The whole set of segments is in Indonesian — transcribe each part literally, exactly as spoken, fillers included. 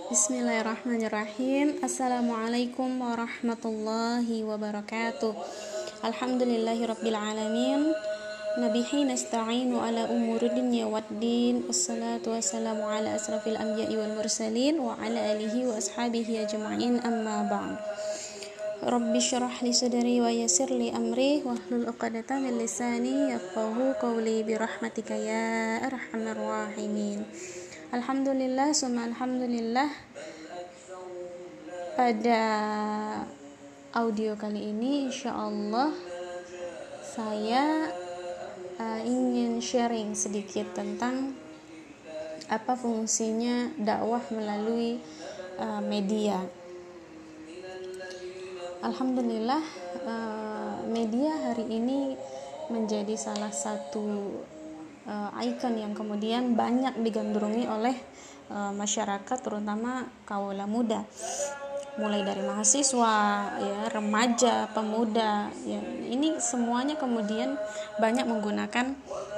Bismillahirrahmanirrahim. Assalamualaikum warahmatullahi wabarakatuh. Alhamdulillahirabbil alamin. Nabihi nasta'inu ala umuri dunya waddin. Wassalatu wassalamu ala asrafil anbiya'i wal mursalin wa ala alihi wa ashabihi ajma'in, amma ba'd. Rabbi syrah li sadri wa yassir li amri wahlul 'uqdatam min lisani yafqahu qawli bi rahmatika ya arhamar rahimin. Alhamdulillah, summa alhamdulillah. Pada audio kali ini insyaallah saya uh, ingin sharing sedikit tentang apa fungsinya dakwah melalui uh, media. Alhamdulillah, uh, media hari ini menjadi salah satu uh, ikon yang kemudian banyak digandrungi oleh uh, masyarakat, terutama kaula muda, mulai dari mahasiswa, ya, remaja, pemuda, ya, ini semuanya kemudian banyak menggunakan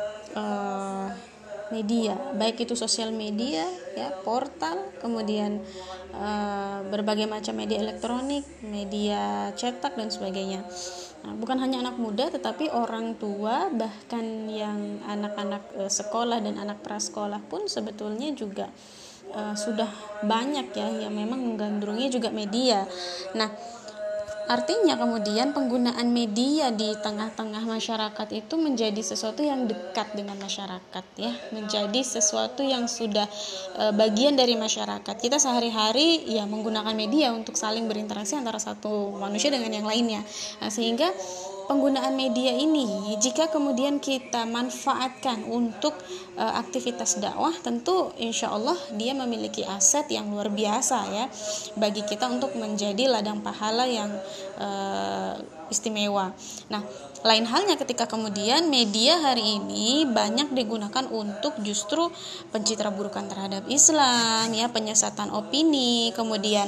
uh, media, baik itu sosial media, ya, portal, kemudian uh, berbagai macam media elektronik, media cetak dan sebagainya. Nah, bukan hanya anak muda, tetapi orang tua, bahkan yang anak-anak e, sekolah dan anak prasekolah pun sebetulnya juga e, sudah banyak ya yang memang menggandrungi juga media. Nah, artinya kemudian penggunaan media di tengah-tengah masyarakat itu menjadi sesuatu yang dekat dengan masyarakat, ya, menjadi sesuatu yang sudah e, bagian dari masyarakat. Kita sehari-hari ya menggunakan media untuk saling berinteraksi antara satu manusia dengan yang lainnya. Nah, sehingga penggunaan media ini jika kemudian kita manfaatkan untuk e, aktivitas dakwah, tentu insya Allah dia memiliki aset yang luar biasa ya bagi kita untuk menjadi ladang pahala yang e, istimewa. Nah, lain halnya ketika kemudian media hari ini banyak digunakan untuk justru pencitraburukan terhadap Islam, ya, penyesatan opini, kemudian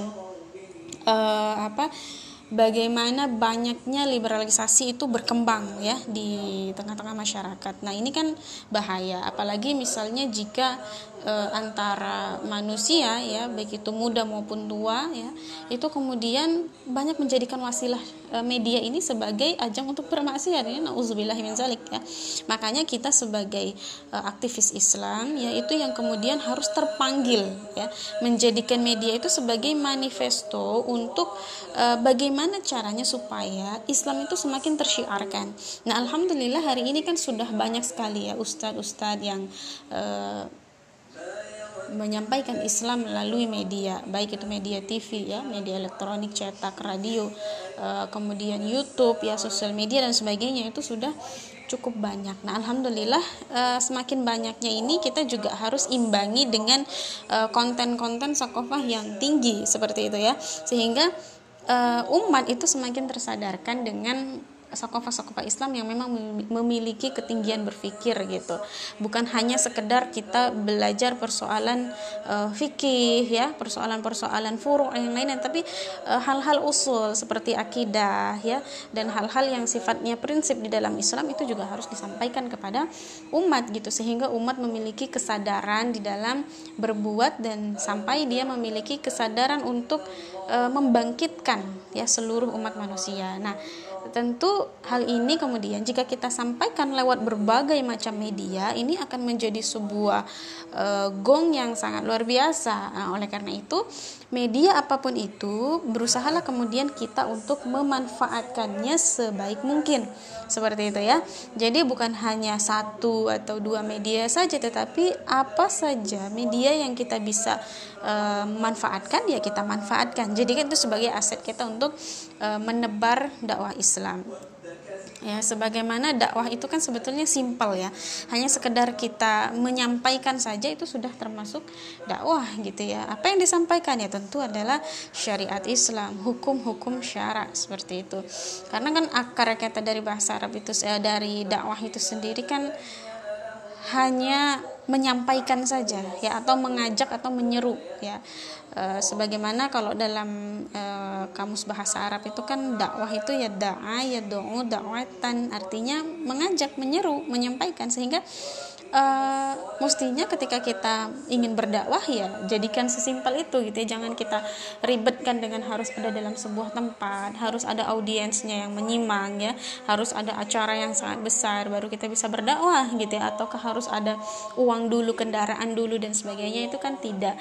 e, apa bagaimana banyaknya liberalisasi itu berkembang ya di tengah-tengah masyarakat. Nah, ini kan bahaya, apalagi misalnya jika e, antara manusia ya, baik itu muda maupun tua ya, itu kemudian banyak menjadikan wasilah e, media ini sebagai ajang untuk bermaksiat ya, nauzubillahi min zalik ya. Makanya kita sebagai e, aktivis Islam ya, itu yang kemudian harus terpanggil ya, menjadikan media itu sebagai manifesto untuk e, bagaimana Bagaimana caranya supaya Islam itu semakin tersyiarkan. Nah, alhamdulillah hari ini kan sudah banyak sekali ya ustadz-ustadz yang uh, menyampaikan Islam melalui media, baik itu media T V ya, media elektronik, cetak, radio, uh, kemudian YouTube ya, sosial media dan sebagainya, itu sudah cukup banyak. Nah, alhamdulillah uh, semakin banyaknya ini kita juga harus imbangi dengan uh, konten-konten sakofah yang tinggi seperti itu ya, sehingga Uh, umat itu semakin tersadarkan dengan sakofah-sakofah Islam yang memang memiliki ketinggian berpikir gitu. Bukan hanya sekedar kita belajar persoalan uh, fikih ya, persoalan-persoalan furu' yang lainnya, tapi uh, hal-hal usul seperti akidah ya, dan hal-hal yang sifatnya prinsip di dalam Islam itu juga harus disampaikan kepada umat gitu, sehingga umat memiliki kesadaran di dalam berbuat dan sampai dia memiliki kesadaran untuk uh, membangkitkan ya seluruh umat manusia. Nah, tentu hal ini kemudian jika kita sampaikan lewat berbagai macam media, ini akan menjadi sebuah e, gong yang sangat luar biasa. Nah, oleh karena itu, media apapun itu berusahalah kemudian kita untuk memanfaatkannya sebaik mungkin. Seperti itu ya. Jadi bukan hanya satu atau dua media saja, tetapi apa saja media yang kita bisa e, manfaatkan ya kita manfaatkan. Jadi itu sebagai aset kita untuk e, menebar dakwah Islam. Islam. Ya, sebagaimana dakwah itu kan sebetulnya simpel ya. Hanya sekedar kita menyampaikan saja itu sudah termasuk dakwah gitu ya. Apa yang disampaikan ya tentu adalah syariat Islam, hukum-hukum syara seperti itu. Karena kan akar kata dari bahasa Arab itu eh, dari dakwah itu sendiri kan hanya menyampaikan saja ya, atau mengajak atau menyeru ya. E, sebagaimana kalau dalam e, kamus bahasa Arab itu kan dakwah itu ya da'a ya do'u da'watan, artinya mengajak, menyeru, menyampaikan, sehingga e, mestinya ketika kita ingin berdakwah ya jadikan sesimpel itu gitu ya, jangan kita ribetkan dengan harus ada dalam sebuah tempat, harus ada audiensnya yang menyimak ya, harus ada acara yang sangat besar baru kita bisa berdakwah gitu ya, ataukah harus ada uang dulu, kendaraan dulu dan sebagainya. Itu kan tidak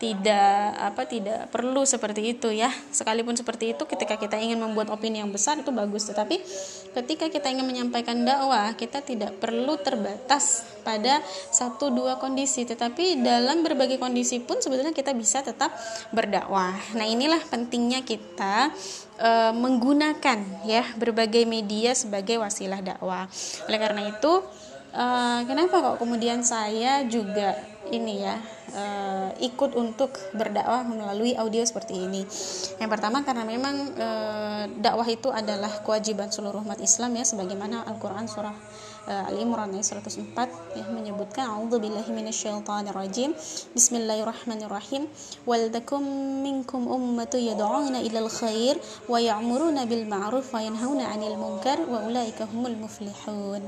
tidak apa tidak perlu seperti itu ya. Sekalipun seperti itu, ketika kita ingin membuat opini yang besar itu bagus, tetapi ketika kita ingin menyampaikan dakwah, kita tidak perlu terbatas pada satu dua kondisi, tetapi dalam berbagai kondisi pun sebetulnya kita bisa tetap berdakwah. Nah, inilah pentingnya kita e, menggunakan ya berbagai media sebagai wasilah dakwah. Oleh karena itu, e, kenapa kok kemudian saya juga ini ya e, ikut untuk berdakwah melalui audio seperti ini. Yang pertama karena memang e, dakwah itu adalah kewajiban seluruh umat Islam ya, sebagaimana Al-Qur'an surah Al-Imran ayat seratus empat ya, menyebutkan a'udzubillahi minasyaitonirrajim bismillahirrahmanirrahim wal takum minkum ummatun yad'una ilal khair wa ya'muruna bil ma'ruf wa yanhauna 'anil munkar wa ulaika humul muflihun.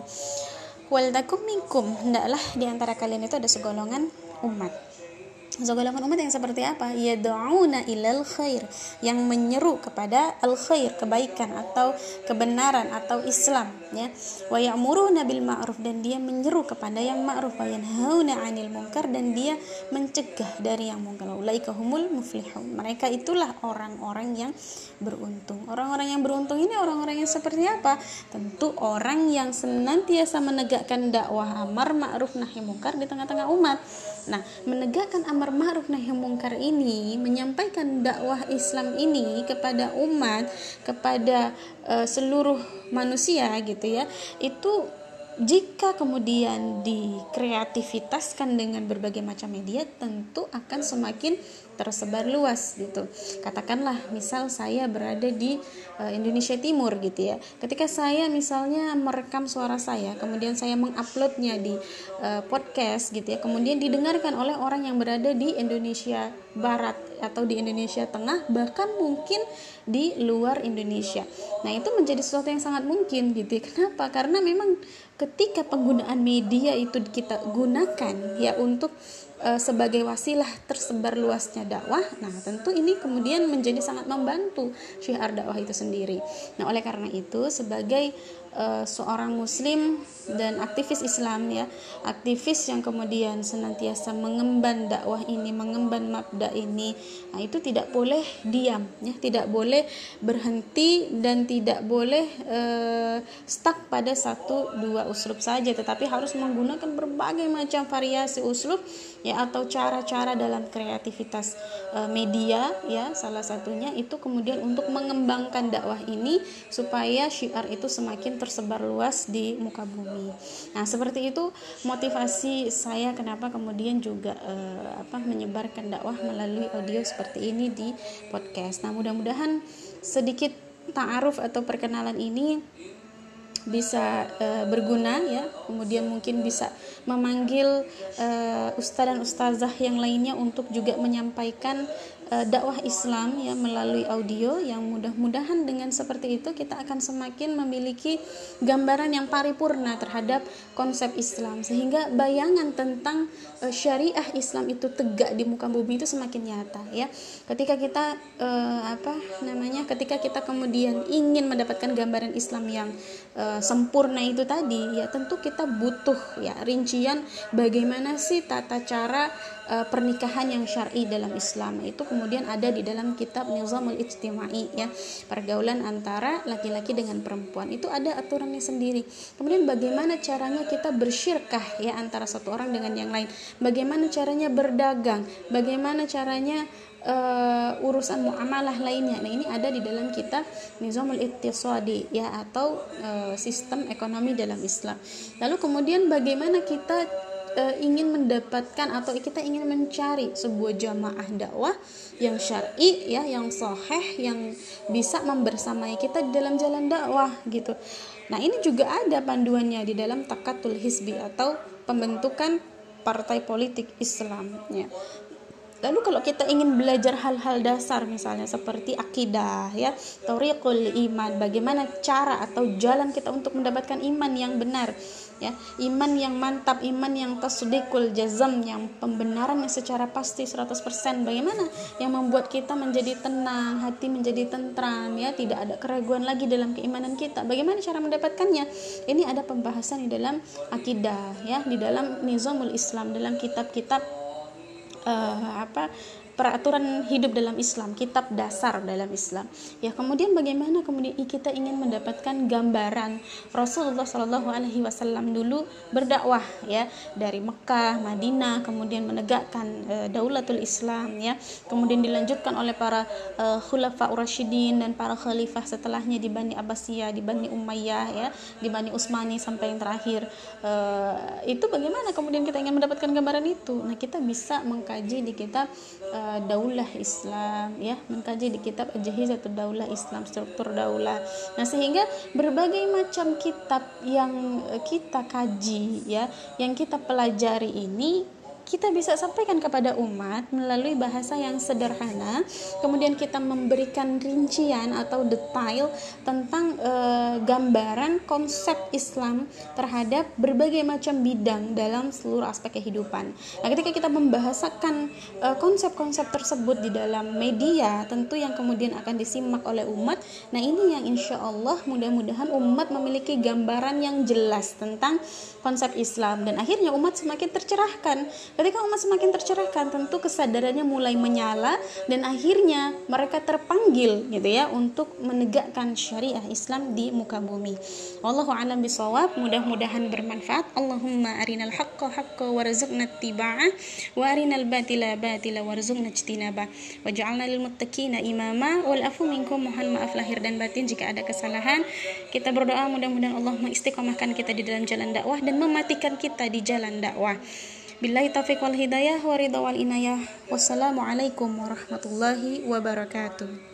Wal takum minkum, hendaklah di antara kalian itu ada segolongan umat. Segolongan umat yang seperti apa? Yad'una ilal khair, yang menyeru kepada al khair, kebaikan atau kebenaran atau Islam ya. Wa ya'muruna bil ma'ruf, dan dia menyeru kepada yang ma'ruf, wa yanhauna 'anil munkar, dan dia mencegah dari yang munkar. Ulaika humul muflihun. Mereka itulah orang-orang yang beruntung. Orang-orang yang beruntung ini orang-orang yang seperti apa? Tentu orang yang senantiasa menegakkan dakwah amar ma'ruf nahi munkar di tengah-tengah umat. Nah, menegakkan amar ma'ruf nahi munkar ini, menyampaikan dakwah Islam ini kepada umat, kepada uh, seluruh manusia gitu ya. Itu jika kemudian dikreativitaskan dengan berbagai macam media, tentu akan semakin tersebar luas gitu. Katakanlah misal saya berada di uh, Indonesia Timur gitu ya. Ketika saya misalnya merekam suara saya, kemudian saya menguploadnya di uh, podcast gitu ya, kemudian didengarkan oleh orang yang berada di Indonesia Barat atau di Indonesia Tengah, bahkan mungkin di luar Indonesia. Nah, itu menjadi sesuatu yang sangat mungkin gitu ya. Kenapa? Karena memang ketika penggunaan media itu kita gunakan ya untuk uh, sebagai wasilah tersebar luasnya dakwah, nah tentu ini kemudian menjadi sangat membantu syiar dakwah itu sendiri. Nah, oleh karena itu sebagai uh, seorang muslim dan aktivis Islam ya, aktivis yang kemudian senantiasa mengemban dakwah ini, mengemban mabda ini, nah itu tidak boleh diam ya, tidak boleh berhenti dan tidak boleh uh, stuck pada satu dua uslub saja, tetapi harus menggunakan berbagai macam variasi uslub ya, atau cara-cara dalam kreativitas uh, media ya, salah satunya itu kemudian untuk mengembangkan dakwah ini supaya syiar itu semakin tersebar luas di muka bumi. Nah, seperti itu motivasi saya kenapa kemudian juga uh, apa menyebarkan dakwah melalui audio seperti ini di podcast. Nah, mudah-mudahan sedikit ta'aruf atau perkenalan ini bisa e, berguna ya, kemudian mungkin bisa memanggil e, ustaz dan ustazah yang lainnya untuk juga menyampaikan e, dakwah Islam ya melalui audio, yang mudah-mudahan dengan seperti itu kita akan semakin memiliki gambaran yang paripurna terhadap konsep Islam, sehingga bayangan tentang e, syariah Islam itu tegak di muka bumi itu semakin nyata ya. Ketika kita e, apa namanya ketika kita kemudian ingin mendapatkan gambaran Islam yang e, sempurna itu tadi ya, tentu kita butuh ya rincian bagaimana sih tata cara uh, pernikahan yang syar'i dalam Islam. Itu kemudian ada di dalam kitab Nizamul Ijtimai ya, pergaulan antara laki-laki dengan perempuan, itu ada aturannya sendiri. Kemudian bagaimana caranya kita bersyirkah ya antara satu orang dengan yang lain, bagaimana caranya berdagang, bagaimana caranya Uh, urusan muamalah lainnya. Nah, ini ada di dalam kitab Nizamul Iqtisadi ya, atau uh, sistem ekonomi dalam Islam. Lalu kemudian bagaimana kita uh, ingin mendapatkan atau kita ingin mencari sebuah jamaah dakwah yang syar'i ya, yang sahih, yang bisa membersamai kita di dalam jalan dakwah gitu. Nah, ini juga ada panduannya di dalam Takatul Hizbi atau pembentukan partai politik Islam ya. Lalu kalau kita ingin belajar hal-hal dasar misalnya seperti akidah ya, thoriqul iman, bagaimana cara atau jalan kita untuk mendapatkan iman yang benar ya, iman yang mantap, iman yang tasdiqul jazam, yang pembenarannya secara pasti seratus persen. Bagaimana yang membuat kita menjadi tenang, hati menjadi tentram ya, tidak ada keraguan lagi dalam keimanan kita. Bagaimana cara mendapatkannya? Ini ada pembahasan di dalam akidah ya, di dalam Nizamul Islam, dalam kitab-kitab uh, apa peraturan hidup dalam Islam, kitab dasar dalam Islam. Ya, kemudian bagaimana kemudian kita ingin mendapatkan gambaran Rasulullah Shallallahu Alaihi Wasallam dulu berdakwah ya, dari Mekah, Madinah, kemudian menegakkan e, Daulatul Islam ya, kemudian dilanjutkan oleh para e, Khulafa Ur-Rasyidin dan para khalifah setelahnya di Bani Abbasiyah, di Bani Umayyah ya, di Bani Utsmani sampai yang terakhir. E, itu bagaimana kemudian kita ingin mendapatkan gambaran itu? Nah, kita bisa mengkaji di kitab e, Daulah Islam ya, mengkaji di kitab Ajahizatud Daulah Islam, struktur daulah. Nah, sehingga berbagai macam kitab yang kita kaji ya, yang kita pelajari ini kita bisa sampaikan kepada umat melalui bahasa yang sederhana, kemudian kita memberikan rincian atau detail tentang e, gambaran konsep Islam terhadap berbagai macam bidang dalam seluruh aspek kehidupan. Nah, ketika kita membahasakan e, konsep-konsep tersebut di dalam media, tentu yang kemudian akan disimak oleh umat. Nah, ini yang insya Allah mudah-mudahan umat memiliki gambaran yang jelas tentang konsep Islam, dan akhirnya umat semakin tercerahkan. Ketika umat semakin tercerahkan, tentu kesadarannya mulai menyala, dan akhirnya mereka terpanggil gitu ya untuk menegakkan syariah Islam di muka bumi. Wallahu a'lam bishawab. Mudah-mudahan bermanfaat. Allahumma arinal haqqa haqqa warzuqna ittiba'ah wa arinal batila batila warzuqna ijtinabah waj'alna lil muttaqina imama wal afu minkum. Mohon maaf lahir dan batin jika ada kesalahan. Kita berdoa mudah-mudahan Allah mengistiqomahkan kita di dalam jalan dakwah dan mematikan kita di jalan dakwah. Billahi taufiq wal hidayah wa ridha wal inayah. Wassalamualaikum warahmatullahi wabarakatuh.